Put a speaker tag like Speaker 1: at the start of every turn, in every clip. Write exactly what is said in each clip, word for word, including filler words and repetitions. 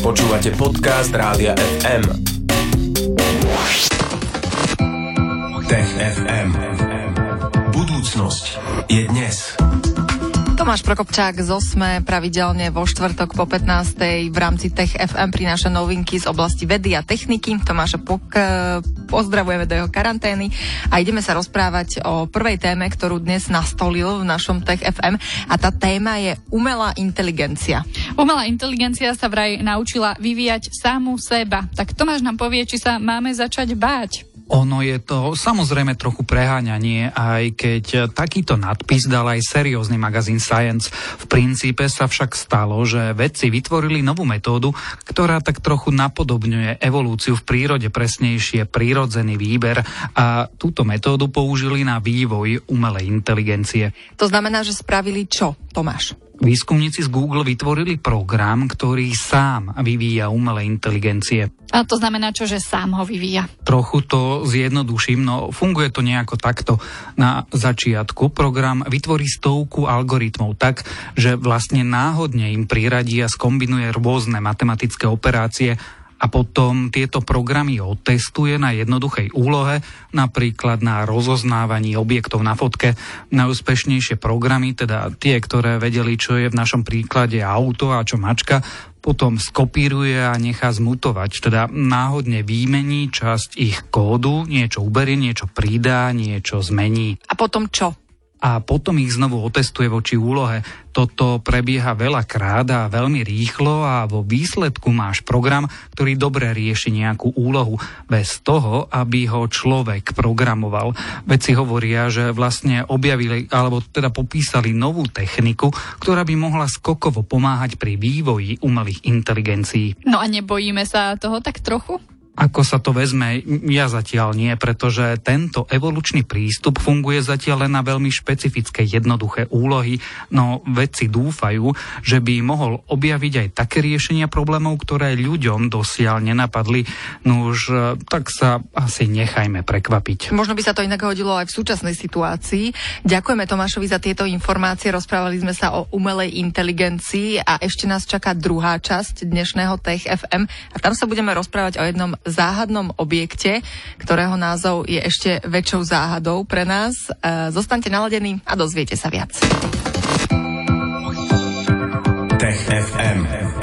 Speaker 1: Počúvate podcast Rádia ef em. Tech ef em. Budúcnosť je dnes.
Speaker 2: Tomáš Prokopčák z osme pravidelne vo štvrtok po pätnástej v rámci Tech ef em prináša novinky z oblasti vedy a techniky. Tomáša pok- pozdravujeme do jeho karantény a ideme sa rozprávať o prvej téme, ktorú dnes nastolil v našom Tech ef em, a tá téma je umelá inteligencia.
Speaker 3: Umelá inteligencia sa vraj naučila vyvíjať samu seba. Tak Tomáš nám povie, či sa máme začať báť.
Speaker 4: Ono je to samozrejme trochu preháňanie, aj keď takýto nadpis dal aj seriózny magazín Science. V princípe sa však stalo, že vedci vytvorili novú metódu, ktorá tak trochu napodobňuje evolúciu v prírode, presnejšie prírodzený výber, a túto metódu použili na vývoj umelej inteligencie.
Speaker 2: To znamená, že spravili čo, Tomáš?
Speaker 4: Výskumníci z Google vytvorili program, ktorý sám vyvíja umelé inteligencie.
Speaker 3: A to znamená čo, že sám ho vyvíja?
Speaker 4: Trochu to zjednoduším, no funguje to nejako takto. Na začiatku program vytvorí stovku algoritmov tak, že vlastne náhodne im priradí a skombinuje rôzne matematické operácie a potom tieto programy otestuje na jednoduchej úlohe, napríklad na rozoznávaní objektov na fotke. Najúspešnejšie programy, teda tie, ktoré vedeli, čo je v našom príklade auto a čo mačka, potom skopíruje a nechá zmutovať, teda náhodne výmení časť ich kódu, niečo uberie, niečo pridá, niečo zmení.
Speaker 2: A potom čo?
Speaker 4: A potom ich znovu otestuje voči úlohe. Toto prebieha veľakrát a veľmi rýchlo a vo výsledku máš program, ktorý dobre rieši nejakú úlohu bez toho, aby ho človek programoval. Vedci hovoria, že vlastne objavili, alebo teda popísali novú techniku, ktorá by mohla skokovo pomáhať pri vývoji umelých inteligencií.
Speaker 3: No a nebojíme sa toho tak trochu?
Speaker 4: Ako sa to vezme, ja zatiaľ nie, pretože tento evolučný prístup funguje zatiaľ len na veľmi špecifické jednoduché úlohy, no vedci dúfajú, že by mohol objaviť aj také riešenia problémov, ktoré ľuďom dosiaľ nenapadli. No už tak sa asi nechajme prekvapiť.
Speaker 2: Možno by sa to inak hodilo aj v súčasnej situácii. Ďakujeme Tomášovi za tieto informácie, rozprávali sme sa o umelej inteligencii a ešte nás čaká druhá časť dnešného Tech ef em a tam sa budeme rozprávať o jednom záhadnom objekte, ktorého názov je ešte väčšou záhadou pre nás. Zostaňte naladení a dozviete sa viac.
Speaker 1: Tech ef em.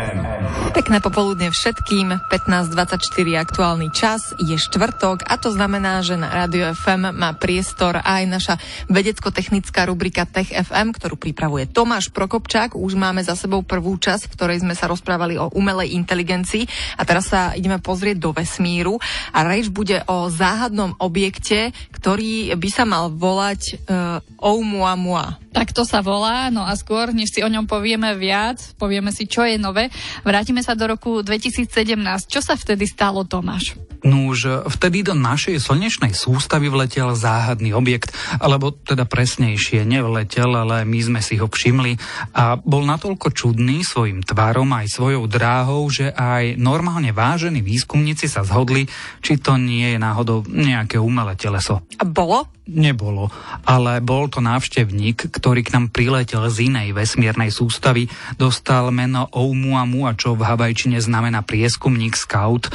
Speaker 2: Pekné popoludne všetkým, pätnásť dvadsaťštyri aktuálny čas, je štvrtok a to znamená, že na Rádiu ef em má priestor aj naša vedecko-technická rubrika Tech ef em, ktorú pripravuje Tomáš Prokopčák. Už máme za sebou prvú časť, v ktorej sme sa rozprávali o umelej inteligencii a teraz sa ideme pozrieť do vesmíru a reč bude o záhadnom objekte, ktorý by sa mal volať uh, Oumuamua.
Speaker 3: Tak to sa volá, no a skôr, než si o ňom povieme viac, povieme si, čo je nové, vrátime sa do roku dvetisícsedemnásť. Čo sa vtedy stalo, Tomáš?
Speaker 4: Núž, vtedy do našej slnečnej sústavy vletel záhadný objekt, alebo teda presnejšie nevletel, ale my sme si ho všimli a bol natoľko čudný svojim tvarom aj svojou dráhou, že aj normálne vážení výskumníci sa zhodli, či to nie je náhodou nejaké umelé teleso.
Speaker 2: A bolo?
Speaker 4: Nebolo, ale bol to návštevník, ktorý k nám priletel z inej vesmírnej sústavy, dostal meno Oumuamua, čo v havajčine znamená prieskumník, scout,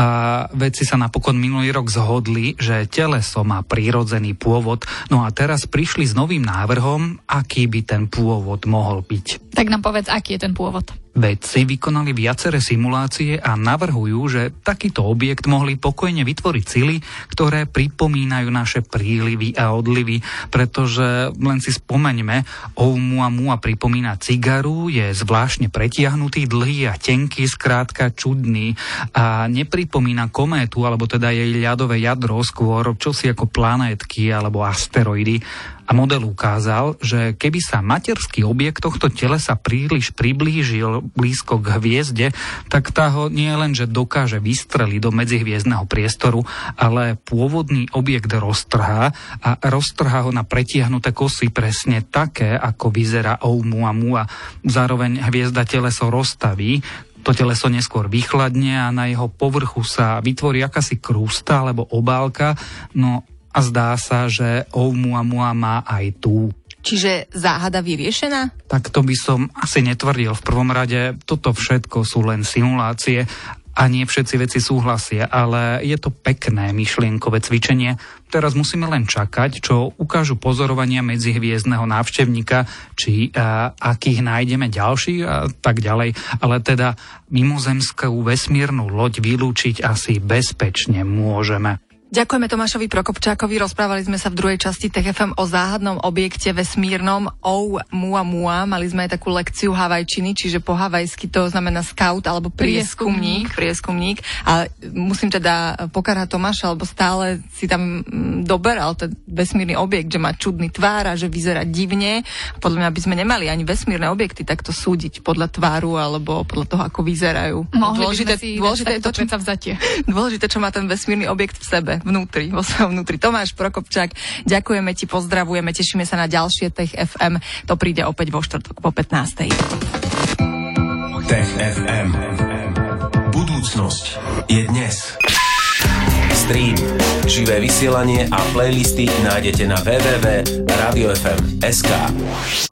Speaker 4: a vedci sa napokon minulý rok zhodli, že teleso má prírodzený pôvod, no a teraz prišli s novým návrhom, aký by ten pôvod mohol byť.
Speaker 3: Tak nám povedz, aký je ten pôvod.
Speaker 4: Vedci vykonali viaceré simulácie a navrhujú, že takýto objekt mohli pokojne vytvoriť sily, ktoré pripomínajú naše prílivy a odlivy, pretože len si spomeňme, Oumuamua pripomína cigaru, je zvláštne pretiahnutý, dlhý a tenký, skrátka čudný a nepripomína kométu, alebo teda jej ľadové jadro, skôr čosi ako planétky alebo asteroidy. A model ukázal, že keby sa materský objekt tohto telesa príliš priblížil blízko k hviezde, tak tá ho nie len, že dokáže vystreliť do medzihviezdneho priestoru, ale pôvodný objekt roztrhá a roztrhá ho na pretiahnuté kosy presne také, ako vyzerá Oumuamua. Zároveň hviezda teleso roztaví, to teleso neskôr vychladne a na jeho povrchu sa vytvorí akási krústa alebo obálka, no a zdá sa, že Oumuamua má aj tú.
Speaker 2: Čiže záhada vyriešená?
Speaker 4: Tak to by som asi netvrdil. V prvom rade toto všetko sú len simulácie a nie všetci veci súhlasia, ale je to pekné myšlienkové cvičenie. Teraz musíme len čakať, čo ukážu pozorovania medzihviezdneho návštevníka, či a, akých nájdeme ďalších a tak ďalej. Ale teda mimozemskú vesmírnu loď vylúčiť asi bezpečne môžeme.
Speaker 2: Ďakujeme Tomášovi Prokopčákovi, rozprávali sme sa v druhej časti Tech ef em o záhadnom objekte vesmírnom Oumuamua. Mali sme aj takú lekciu havajčiny, čiže po havajsky to znamená scout alebo prieskumník. prieskumník. A musím teda pokarhať Tomáša, lebo stále si tam doberal ten vesmírny objekt, že má čudný tvár a že vyzerá divne. Podľa mňa by sme nemali ani vesmírne objekty takto súdiť podľa tváru alebo podľa toho, ako vyzerajú.
Speaker 3: Mohli
Speaker 2: dôležité,
Speaker 3: by sme si
Speaker 2: dôležité,
Speaker 3: to,
Speaker 2: čo, dôležité, čo má ten vesmírny objekt v sebe. Vnútri, vo svojom vnútri. Tomáš Prokopčák, ďakujeme ti, pozdravujeme, tešíme sa na ďalšie Tech ef em. To príde opäť vo štvrtok po pätnástej.
Speaker 1: Tech ef em. Budúcnosť je dnes. Stream, živé vysielanie a playlisty nájdete na w w w bodka radio f m bodka es ka.